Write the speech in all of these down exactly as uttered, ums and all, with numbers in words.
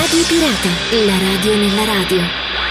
Radio Pirata, la radio nella radio.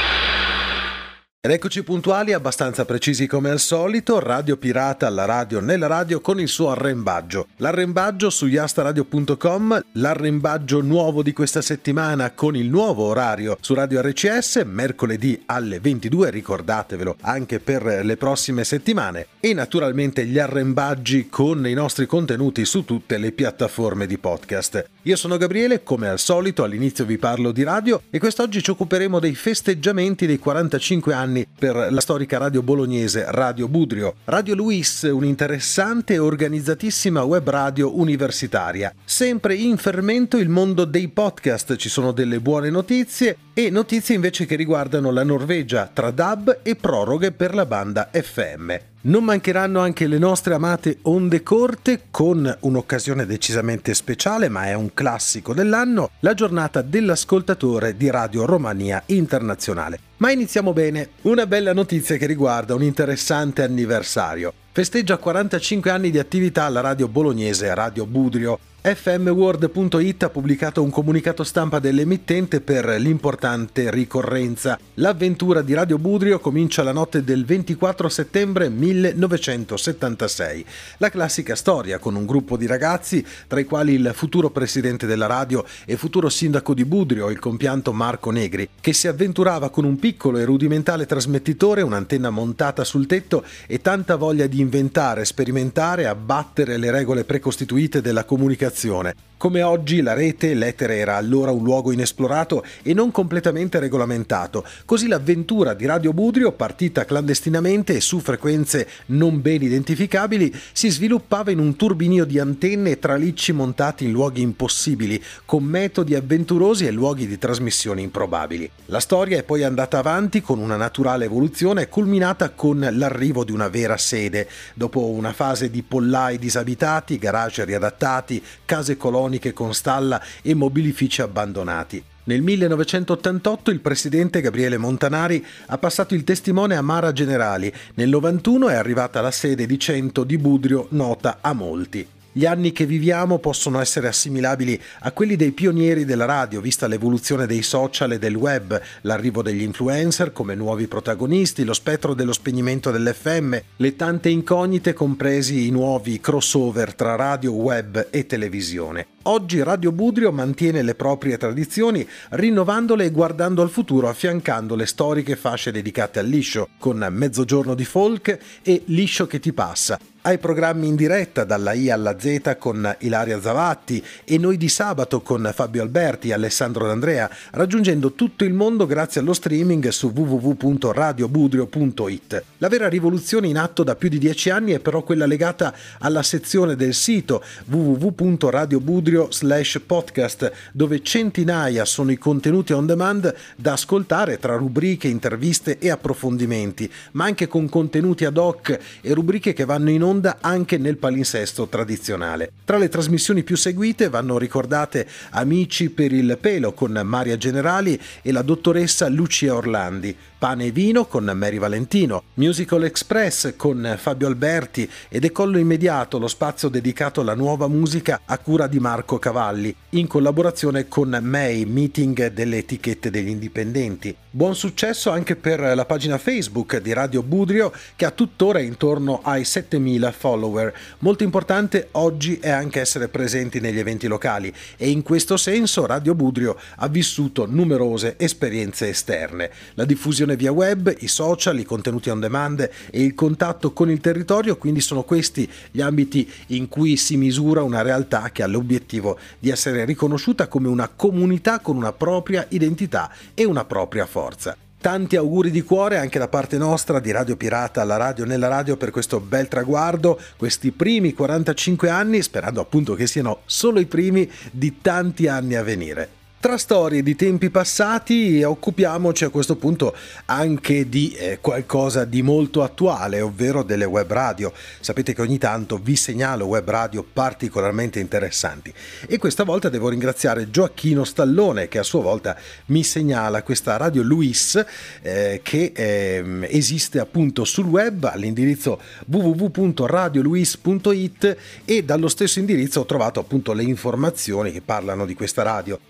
Ed eccoci puntuali, abbastanza precisi come al solito. Radio Pirata, la radio nella radio con il suo arrembaggio. L'arrembaggio su yastaradio punto com, l'arrembaggio nuovo di questa settimana con il nuovo orario su Radio R C S, mercoledì alle ventidue, ricordatevelo anche per le prossime settimane. E naturalmente gli arrembaggi con i nostri contenuti su tutte le piattaforme di podcast. Io sono Gabriele, come al solito all'inizio vi parlo di radio e quest'oggi ci occuperemo dei festeggiamenti dei quarantacinque anni per la storica radio bolognese Radio Budrio. Radio Luis, un'interessante e organizzatissima web radio universitaria. Sempre in fermento il mondo dei podcast, ci sono delle buone notizie e notizie invece che riguardano la Norvegia tra D A B e proroghe per la banda F M. Non mancheranno anche le nostre amate onde corte con un'occasione decisamente speciale, ma è un classico dell'anno, la giornata dell'ascoltatore di Radio Romania Internazionale. Ma iniziamo bene, una bella notizia che riguarda un interessante anniversario. Festeggia quarantacinque anni di attività la radio bolognese Radio Budrio. F M World punto it ha pubblicato un comunicato stampa dell'emittente per l'importante ricorrenza. L'avventura di Radio Budrio comincia la notte del ventiquattro settembre millenovecentosettantasei. La classica storia con un gruppo di ragazzi, tra i quali il futuro presidente della radio e futuro sindaco di Budrio, il compianto Marco Negri, che si avventurava con un piccolo e rudimentale trasmettitore, un'antenna montata sul tetto e tanta voglia di inventare, sperimentare, abbattere le regole precostituite della comunicazione. Come oggi la rete, l'etere era allora un luogo inesplorato e non completamente regolamentato. Così l'avventura di Radio Budrio, partita clandestinamente e su frequenze non ben identificabili, si sviluppava in un turbinio di antenne e tralicci montati in luoghi impossibili, con metodi avventurosi e luoghi di trasmissione improbabili. La storia è poi andata avanti con una naturale evoluzione culminata con l'arrivo di una vera sede, dopo una fase di pollai disabitati, garage riadattati, case coloniche con stalla e mobilifici abbandonati. Nel millenovecentottantotto il presidente Gabriele Montanari ha passato il testimone a Mara Generali. Nel novantuno è arrivata la sede di cento di Budrio, nota a molti. Gli anni che viviamo possono essere assimilabili a quelli dei pionieri della radio, vista l'evoluzione dei social e del web, l'arrivo degli influencer come nuovi protagonisti, lo spettro dello spegnimento dell'F M, le tante incognite compresi i nuovi crossover tra radio, web e televisione. Oggi Radio Budrio mantiene le proprie tradizioni, rinnovandole e guardando al futuro, affiancando le storiche fasce dedicate al liscio, con Mezzogiorno di Folk e Liscio che ti passa, ai programmi in diretta dalla I alla Z con Ilaria Zavatti e Noi di Sabato con Fabio Alberti e Alessandro D'Andrea, raggiungendo tutto il mondo grazie allo streaming su w w w punto radio budrio punto it. La vera rivoluzione in atto da più di dieci anni è però quella legata alla sezione del sito w w w punto radio budrio slash podcast, dove centinaia sono i contenuti on demand da ascoltare tra rubriche, interviste e approfondimenti, ma anche con contenuti ad hoc e rubriche che vanno in onda anche nel palinsesto tradizionale. Tra le trasmissioni più seguite vanno ricordate Amici per il pelo con Maria Generali e la dottoressa Lucia Orlandi, Pane e vino con Mary Valentino, Musical Express con Fabio Alberti e Decollo immediato, lo spazio dedicato alla nuova musica a cura di Marco Cavalli, in collaborazione con M E I, Meeting delle etichette degli indipendenti. Buon successo anche per la pagina Facebook di Radio Budrio, che ha tuttora intorno ai settemila follower. Molto importante oggi è anche essere presenti negli eventi locali e in questo senso Radio Budrio ha vissuto numerose esperienze esterne. La diffusione via web, i social, i contenuti on demand e il contatto con il territorio, quindi sono questi gli ambiti in cui si misura una realtà che ha l'obiettivo di essere riconosciuta come una comunità con una propria identità e una propria forza. Tanti auguri di cuore anche da parte nostra di Radio Pirata, la radio nella radio, per questo bel traguardo, questi primi quarantacinque anni, sperando appunto che siano solo i primi di tanti anni a venire. Tra storie di tempi passati occupiamoci a questo punto anche di eh, qualcosa di molto attuale, ovvero delle web radio. Sapete che ogni tanto vi segnalo web radio particolarmente interessanti e questa volta devo ringraziare Gioacchino Stallone, che a sua volta mi segnala questa Radio Luis eh, che eh, esiste appunto sul web all'indirizzo w w w punto radio luis punto it, e dallo stesso indirizzo ho trovato appunto le informazioni che parlano di questa radio.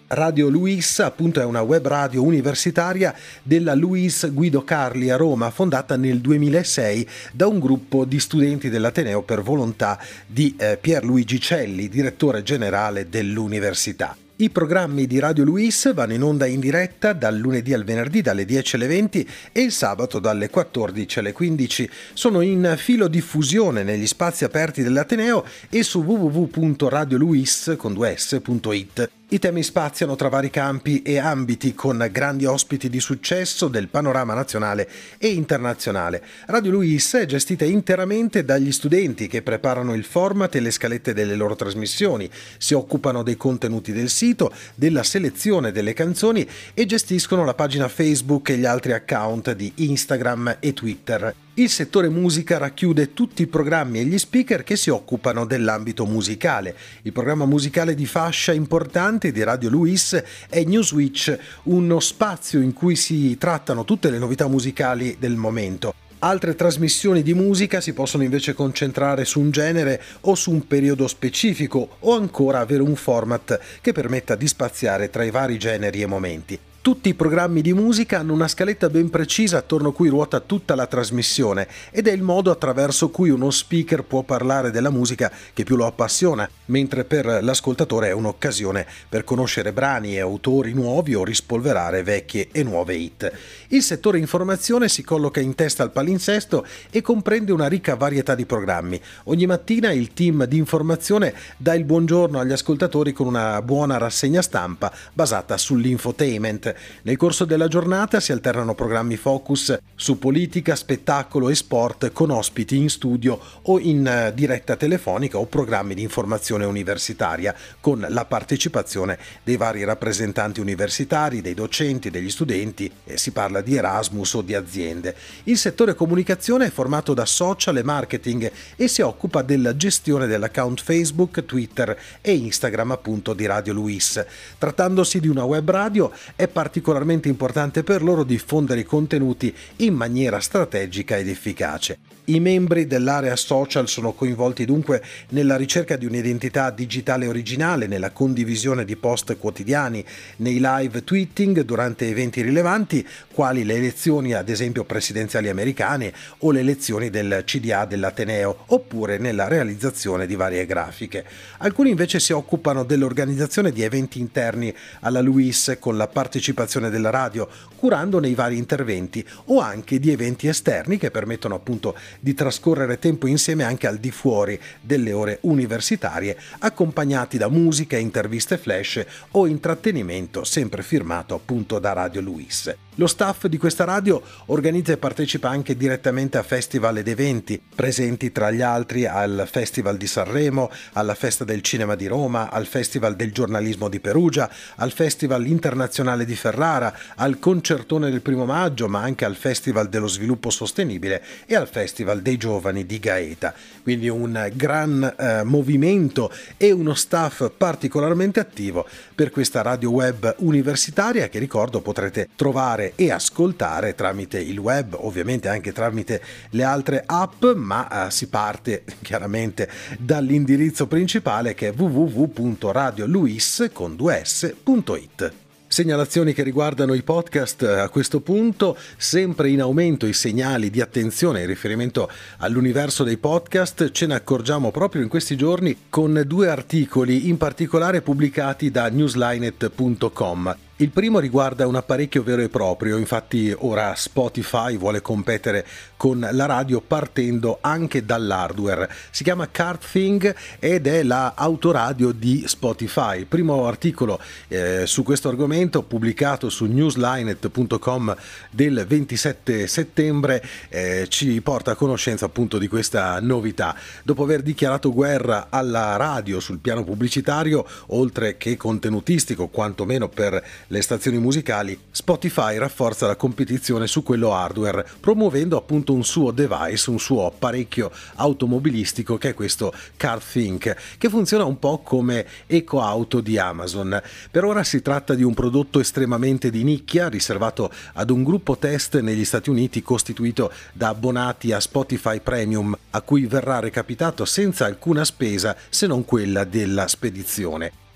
Radio Luis appunto è una web radio universitaria della Luis Guido Carli a Roma, fondata nel duemilasei da un gruppo di studenti dell'Ateneo per volontà di eh, Pierluigi Celli, direttore generale dell'università. I programmi di Radio Luis vanno in onda in diretta dal lunedì al venerdì dalle dieci alle venti e il sabato dalle quattordici alle quindici. Sono in filodiffusione negli spazi aperti dell'Ateneo e su w w w punto radio luis con due s punto it. I temi spaziano tra vari campi e ambiti con grandi ospiti di successo del panorama nazionale e internazionale. Radio Luis è gestita interamente dagli studenti che preparano il format e le scalette delle loro trasmissioni, si occupano dei contenuti del sito, della selezione delle canzoni e gestiscono la pagina Facebook e gli altri account di Instagram e Twitter. Il settore musica racchiude tutti i programmi e gli speaker che si occupano dell'ambito musicale. Il programma musicale di fascia importante di Radio Luis è New Switch, uno spazio in cui si trattano tutte le novità musicali del momento. Altre trasmissioni di musica si possono invece concentrare su un genere o su un periodo specifico o ancora avere un format che permetta di spaziare tra i vari generi e momenti. Tutti i programmi di musica hanno una scaletta ben precisa attorno a cui ruota tutta la trasmissione ed è il modo attraverso cui uno speaker può parlare della musica che più lo appassiona, mentre per l'ascoltatore è un'occasione per conoscere brani e autori nuovi o rispolverare vecchie e nuove hit. Il settore informazione si colloca in testa al palinsesto e comprende una ricca varietà di programmi. Ogni mattina il team di informazione dà il buongiorno agli ascoltatori con una buona rassegna stampa basata sull'infotainment. Nel corso della giornata si alternano programmi focus su politica, spettacolo e sport con ospiti in studio o in diretta telefonica o programmi di informazione universitaria con la partecipazione dei vari rappresentanti universitari, dei docenti, degli studenti e si parla di Erasmus o di aziende. Il settore comunicazione è formato da social e marketing e si occupa della gestione dell'account Facebook, Twitter e Instagram appunto di Radio Luis. Trattandosi di una web radio è particolarmente importante per loro diffondere i contenuti in maniera strategica ed efficace. I membri dell'area social sono coinvolti dunque nella ricerca di un'identità digitale originale, nella condivisione di post quotidiani, nei live tweeting durante eventi rilevanti, quali le elezioni ad esempio presidenziali americane o le elezioni del C D A dell'Ateneo, oppure nella realizzazione di varie grafiche. Alcuni invece si occupano dell'organizzazione di eventi interni alla Luis con la partecipazione della radio, curandone i vari interventi, o anche di eventi esterni che permettono appunto di trascorrere tempo insieme anche al di fuori delle ore universitarie, accompagnati da musica, interviste flash o intrattenimento sempre firmato appunto da Radio Luis. Lo staff di questa radio organizza e partecipa anche direttamente a festival ed eventi, presenti tra gli altri al Festival di Sanremo, alla Festa del Cinema di Roma, al Festival del Giornalismo di Perugia, al Festival Internazionale di Ferrara, al Concertone del Primo Maggio, ma anche al Festival dello Sviluppo Sostenibile e al Festival dei Giovani di Gaeta. Quindi un gran eh, movimento e uno staff particolarmente attivo per questa radio web universitaria che, ricordo, potrete trovare e ascoltare tramite il web, ovviamente anche tramite le altre app, ma eh, si parte chiaramente dall'indirizzo principale che è w w w punto radio luis con due s punto it. Segnalazioni che riguardano i podcast a questo punto: sempre in aumento i segnali di attenzione in riferimento all'universo dei podcast. Ce ne accorgiamo proprio in questi giorni con due articoli in particolare pubblicati da newslinet punto com. Il primo riguarda un apparecchio vero e proprio, infatti ora Spotify vuole competere con la radio partendo anche dall'hardware. Si chiama CarThing ed è la autoradio di Spotify. Il primo articolo eh, su questo argomento pubblicato su newslinet punto com del ventisette settembre eh, ci porta a conoscenza appunto di questa novità. Dopo aver dichiarato guerra alla radio sul piano pubblicitario, oltre che contenutistico, quantomeno per le stazioni musicali, Spotify rafforza la competizione su quello hardware, promuovendo appunto un suo device, un suo apparecchio automobilistico che è questo CarThing, che funziona un po' come EcoAuto di Amazon. Per ora si tratta di un prodotto estremamente di nicchia, riservato ad un gruppo test negli Stati Uniti costituito da abbonati a Spotify Premium, a cui verrà recapitato senza alcuna spesa se non quella della spedizione.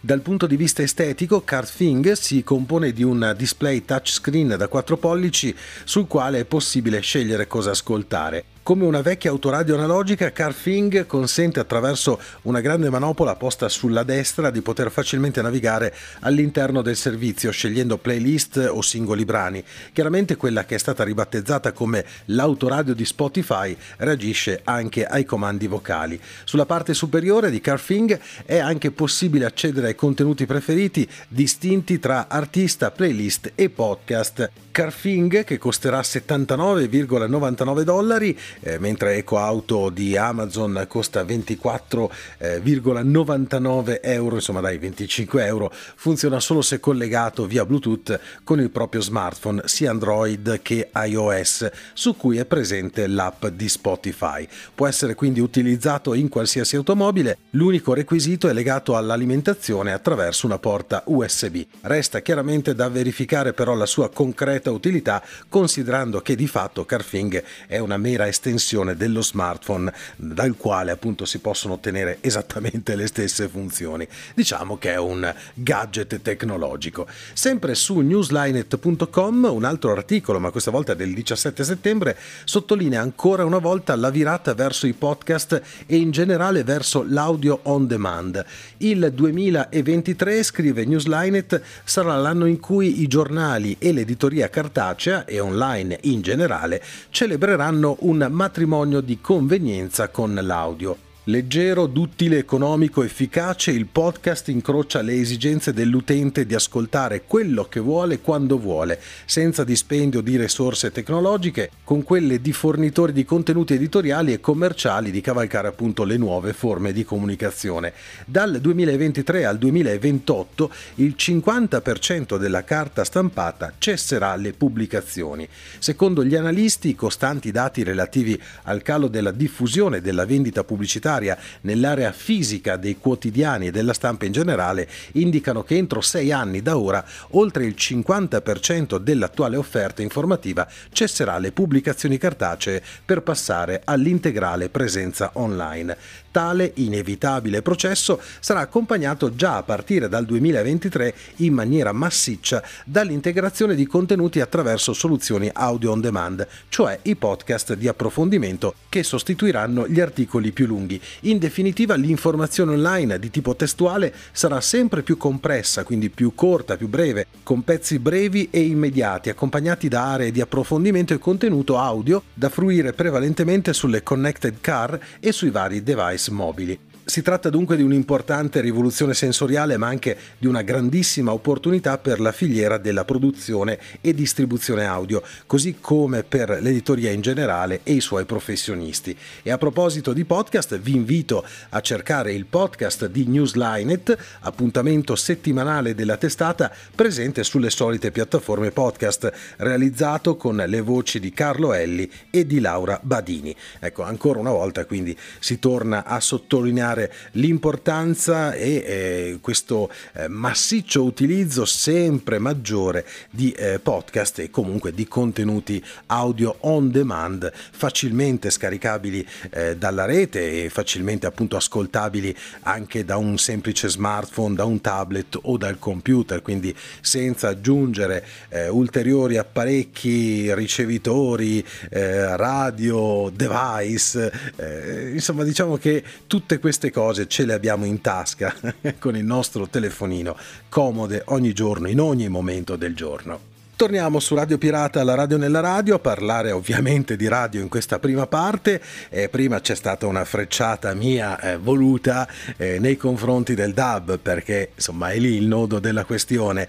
Dal punto di vista estetico, Carthing si compone di un display touchscreen da quattro pollici sul quale è possibile scegliere cosa ascoltare. Come una vecchia autoradio analogica, Carthing consente attraverso una grande manopola posta sulla destra di poter facilmente navigare all'interno del servizio scegliendo playlist o singoli brani. Chiaramente quella che è stata ribattezzata come l'autoradio di Spotify reagisce anche ai comandi vocali. Sulla parte superiore di Carthing è anche possibile accedere ai contenuti preferiti distinti tra artista, playlist e podcast. Carthing, che costerà settantanove virgola novantanove dollari, eh, mentre Eco Auto di Amazon costa ventiquattro virgola novantanove euro, insomma dai venticinque euro, funziona solo se collegato via Bluetooth con il proprio smartphone, sia Android che iOS, su cui è presente l'app di Spotify. Può essere quindi utilizzato in qualsiasi automobile, l'unico requisito è legato all'alimentazione attraverso una porta U S B. Resta chiaramente da verificare però la sua concreta utilità, considerando che di fatto Carthing è una mera estensione dello smartphone dal quale appunto si possono ottenere esattamente le stesse funzioni. Diciamo che è un gadget tecnologico. Sempre su newslinet punto com un altro articolo, ma questa volta del diciassette settembre, sottolinea ancora una volta la virata verso i podcast e in generale verso l'audio on demand. Il duemilaventitré, scrive Newslinet, sarà l'anno in cui i giornali e l'editoria cartacea e online in generale celebreranno un matrimonio di convenienza con l'audio. Leggero, duttile, economico, efficace, il podcast incrocia le esigenze dell'utente di ascoltare quello che vuole quando vuole, senza dispendio di risorse tecnologiche, con quelle di fornitori di contenuti editoriali e commerciali di cavalcare appunto le nuove forme di comunicazione. Dal duemilaventitré al duemilaventotto il cinquanta per cento della carta stampata cesserà le pubblicazioni. Secondo gli analisti, i costanti dati relativi al calo della diffusione e della vendita pubblicitaria nell'area fisica dei quotidiani e della stampa in generale indicano che entro sei anni da ora oltre il cinquanta per cento dell'attuale offerta informativa cesserà le pubblicazioni cartacee per passare all'integrale presenza online. Tale inevitabile processo sarà accompagnato già a partire dal duemilaventitré in maniera massiccia dall'integrazione di contenuti attraverso soluzioni audio on demand, cioè i podcast di approfondimento che sostituiranno gli articoli più lunghi. In definitiva, l'informazione online di tipo testuale sarà sempre più compressa, quindi più corta, più breve, con pezzi brevi e immediati, accompagnati da aree di approfondimento e contenuto audio da fruire prevalentemente sulle connected car e sui vari device mobili. Si tratta dunque di un'importante rivoluzione sensoriale, ma anche di una grandissima opportunità per la filiera della produzione e distribuzione audio, così come per l'editoria in generale e i suoi professionisti. E a proposito di podcast, vi invito a cercare il podcast di Newslinet, appuntamento settimanale della testata presente sulle solite piattaforme podcast, realizzato con le voci di Carlo Elli e di Laura Badini. Ecco, ancora una volta quindi si torna a sottolineare l'importanza e eh, questo eh, massiccio utilizzo sempre maggiore di eh, podcast e comunque di contenuti audio on demand facilmente scaricabili eh, dalla rete e facilmente appunto ascoltabili anche da un semplice smartphone, da un tablet o dal computer, quindi senza aggiungere eh, ulteriori apparecchi, ricevitori, eh, radio, device, eh, insomma diciamo che tutte queste cose ce le abbiamo in tasca con il nostro telefonino, comode ogni giorno, in ogni momento del giorno. Torniamo su Radio Pirata, la radio nella radio, a parlare ovviamente di radio in questa prima parte. Eh, prima c'è stata una frecciata mia eh, voluta eh, nei confronti del D A B, perché insomma è lì il nodo della questione.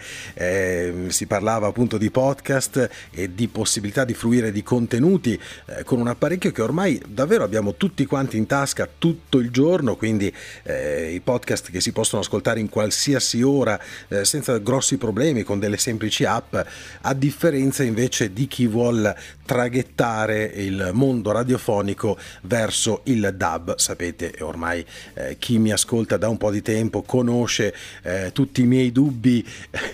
Eh, si parlava appunto di podcast e di possibilità di fruire di contenuti eh, con un apparecchio che ormai davvero abbiamo tutti quanti in tasca tutto il giorno, quindi eh, i podcast che si possono ascoltare in qualsiasi ora eh, senza grossi problemi, con delle semplici app. a differenza invece di chi vuol traghettare il mondo radiofonico verso il D A B. Sapete, ormai eh, chi mi ascolta da un po' di tempo conosce eh, tutti i miei dubbi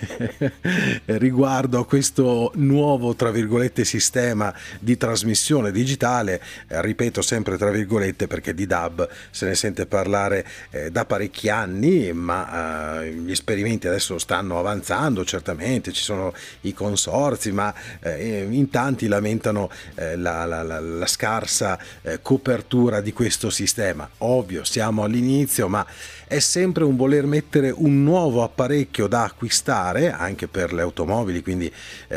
riguardo a questo nuovo, tra virgolette, sistema di trasmissione digitale, eh, ripeto sempre tra virgolette perché di D A B se ne sente parlare eh, da parecchi anni, ma eh, gli esperimenti adesso stanno avanzando, certamente ci sono i consorzi, ma eh, in tanti lamentano eh, la, la, la, la scarsa eh, copertura di questo sistema. Ovvio, siamo all'inizio, ma è sempre un voler mettere un nuovo apparecchio da acquistare anche per le automobili, quindi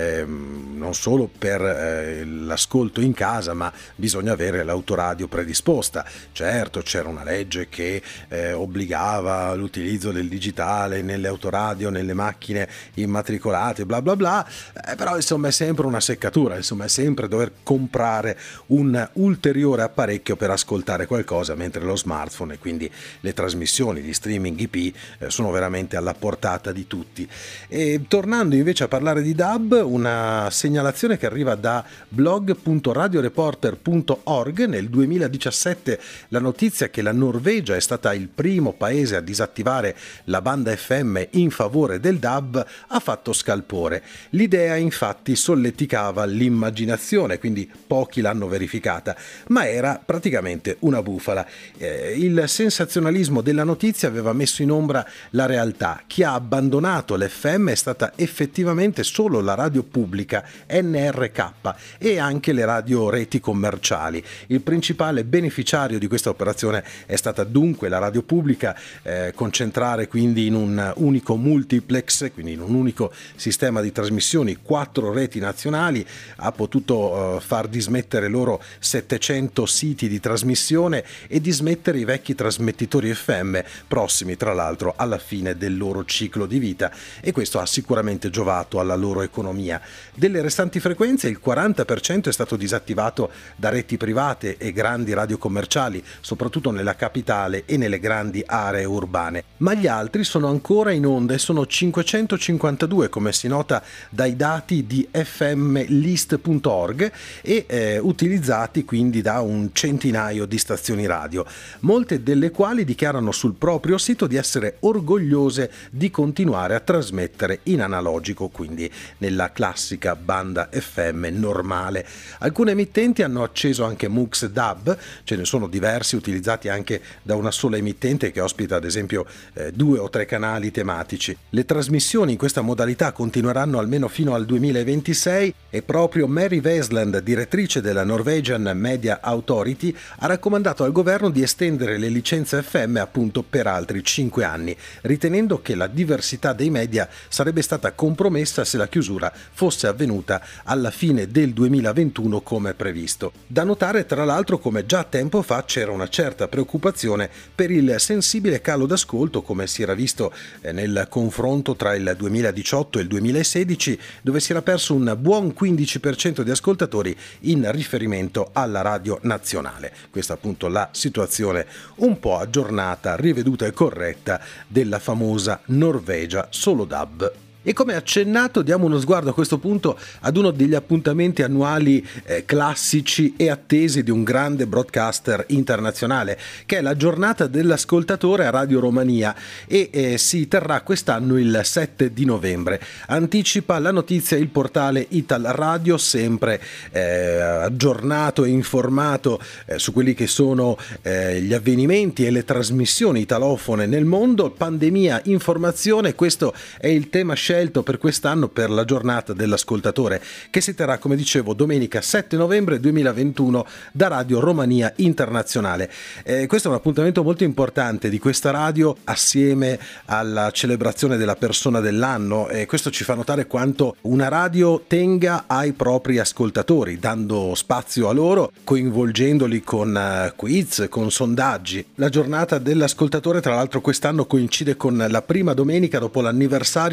ehm, non solo per eh, l'ascolto in casa, ma bisogna avere l'autoradio predisposta. Certo, c'era una legge che eh, obbligava l'utilizzo del digitale nelle autoradio, nelle macchine immatricolate, bla bla bla, eh, però insomma è sempre una seccatura, insomma è sempre dover comprare un ulteriore apparecchio per ascoltare qualcosa, mentre lo smartphone e quindi le trasmissioni di streaming I P eh, sono veramente alla portata di tutti. E tornando invece a parlare di D A B, una segnalazione che arriva da blog punto radioreporter punto org: nel duemiladiciassette la notizia che la Norvegia è stata il primo paese a disattivare la banda F M in favore del D A B ha fatto scalpore. L'idea infatti solleticava l'immaginazione, quindi pochi l'hanno verificata, ma era praticamente una bufala. Eh, il sensazionalismo della notizia aveva messo in ombra la realtà. Chi ha abbandonato l'F M è stata effettivamente solo la radio pubblica N R K e anche le radio reti commerciali. Il principale beneficiario di questa operazione è stata dunque la radio pubblica. Eh, concentrare quindi in un unico multiplex, quindi in un unico sistema di trasmissioni, quattro reti nazionali, ha potuto eh, far dismettere loro settecento siti di trasmissione e dismettere i vecchi trasmettitori F M, prossimi tra l'altro alla fine del loro ciclo di vita, e questo ha sicuramente giovato alla loro economia. Delle restanti frequenze il quaranta per cento è stato disattivato da reti private e grandi radio commerciali, soprattutto nella capitale e nelle grandi aree urbane, ma gli altri sono ancora in onda e sono cinquecentocinquantadue, come si nota dai dati di f m list punto org, e eh, utilizzati quindi da un centinaio di stazioni radio, molte delle quali dichiarano sul proprio sito di essere orgogliose di continuare a trasmettere in analogico, quindi nella classica banda F M normale. Alcune emittenti hanno acceso anche MUX D A B, ce ne sono diversi utilizzati anche da una sola emittente che ospita ad esempio eh, due o tre canali tematici. Le trasmissioni in questa modalità continueranno almeno fino al duemilaventisei e proprio Mary Vesland, direttrice della Norwegian Media Authority, ha raccomandato al governo di estendere le licenze F M appunto per altri cinque anni, ritenendo che la diversità dei media sarebbe stata compromessa se la chiusura fosse avvenuta alla fine del duemilaventuno come previsto. Da notare tra l'altro come già tempo fa c'era una certa preoccupazione per il sensibile calo d'ascolto, come si era visto nel confronto tra il duemiladiciotto e il duemilasedici, dove si era perso un buon quindici per cento di ascoltatori in riferimento alla radio nazionale. Questa appunto la situazione un po' aggiornata, riveduta e corretta della famosa Norvegia solo D A B. E come accennato diamo uno sguardo a questo punto ad uno degli appuntamenti annuali eh, classici e attesi di un grande broadcaster internazionale, che è la giornata dell'ascoltatore a Radio Romania, e eh, si terrà quest'anno il sette di novembre. Anticipa la notizia il portale Ital Radio, sempre eh, aggiornato e informato eh, su quelli che sono eh, gli avvenimenti e le trasmissioni italofone nel mondo. Pandemia, informazione, questo è il tema scelto per quest'anno per la giornata dell'ascoltatore, che si terrà, come dicevo, domenica sette novembre duemilaventuno da Radio Romania Internazionale. Eh, questo è un appuntamento molto importante di questa radio, assieme alla celebrazione della persona dell'anno, e questo ci fa notare quanto una radio tenga ai propri ascoltatori, dando spazio a loro, coinvolgendoli con quiz, con sondaggi. La giornata dell'ascoltatore tra l'altro quest'anno coincide con la prima domenica dopo l'anniversario della fondazione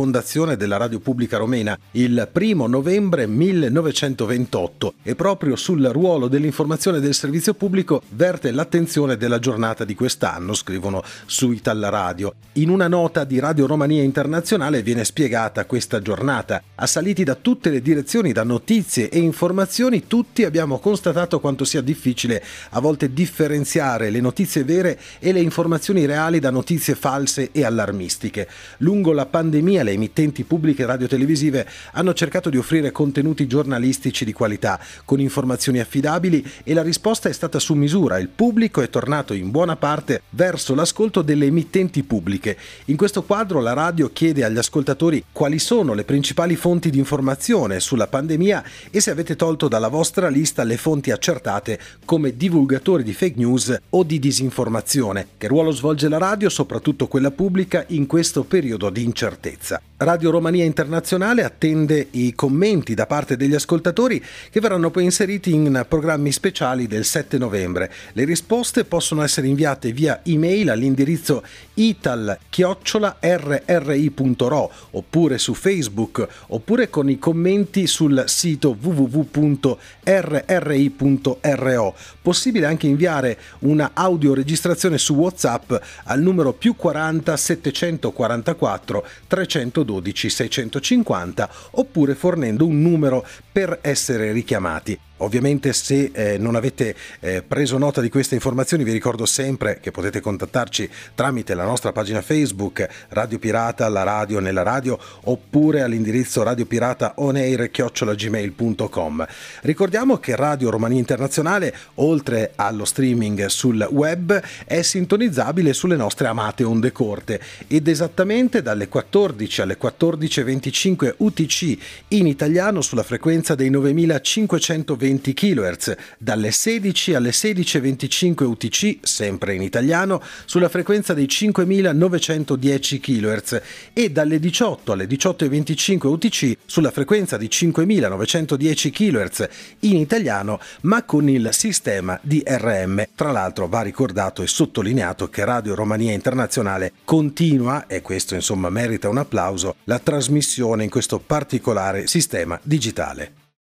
fondazione della Radio Pubblica Romena, il primo novembre millenovecentoventotto, e proprio sul ruolo dell'informazione del servizio pubblico verte l'attenzione della giornata di quest'anno, scrivono su Italradio. In una nota di Radio Romania Internazionale viene spiegata questa giornata. Assaliti da tutte le direzioni, da notizie e informazioni, tutti abbiamo constatato quanto sia difficile a volte differenziare le notizie vere e le informazioni reali da notizie false e allarmistiche. Lungo la pandemia le emittenti pubbliche radiotelevisive hanno cercato di offrire contenuti giornalistici di qualità, con informazioni affidabili, e la risposta è stata su misura. Il pubblico è tornato in buona parte verso l'ascolto delle emittenti pubbliche. In questo quadro la radio chiede agli ascoltatori quali sono le principali fonti di informazione sulla pandemia e se avete tolto dalla vostra lista le fonti accertate come divulgatori di fake news o di disinformazione. Che ruolo svolge la radio, soprattutto quella pubblica, in questo periodo di incertezza? Radio Romania Internazionale attende i commenti da parte degli ascoltatori, che verranno poi inseriti in programmi speciali del sette novembre. Le risposte possono essere inviate via email all'indirizzo ital chiocciola erre erre i punto ro, oppure su Facebook, oppure con i commenti sul sito w w w punto erre erre i punto ro. Possibile anche inviare una audioregistrazione su WhatsApp al numero più quaranta settecentoquarantaquattro trecentododici seicentocinquanta, oppure fornendo un numero per essere richiamati. Ovviamente, se eh, non avete eh, preso nota di queste informazioni, vi ricordo sempre che potete contattarci tramite la nostra pagina Facebook Radio Pirata, la radio nella radio, oppure all'indirizzo radiopirataonair chiocciola gmail punto com. Ricordiamo che Radio Romania Internazionale, oltre allo streaming sul web, è sintonizzabile sulle nostre amate onde corte, ed esattamente dalle quattordici alle quattordici e venticinque U T C in italiano sulla frequenza dei novemilacinquecentoventi chilohertz, dalle sedici alle sedici e venticinque U T C, sempre in italiano, sulla frequenza dei cinquemilanovecentodieci chilohertz, e dalle diciotto alle diciotto e venticinque U T C sulla frequenza di cinquemilanovecentodieci chilohertz in italiano, ma con il sistema D R M. Tra l'altro va ricordato e sottolineato che Radio Romania Internazionale continua, e questo insomma merita un applauso, la trasmissione in questo particolare sistema digitale.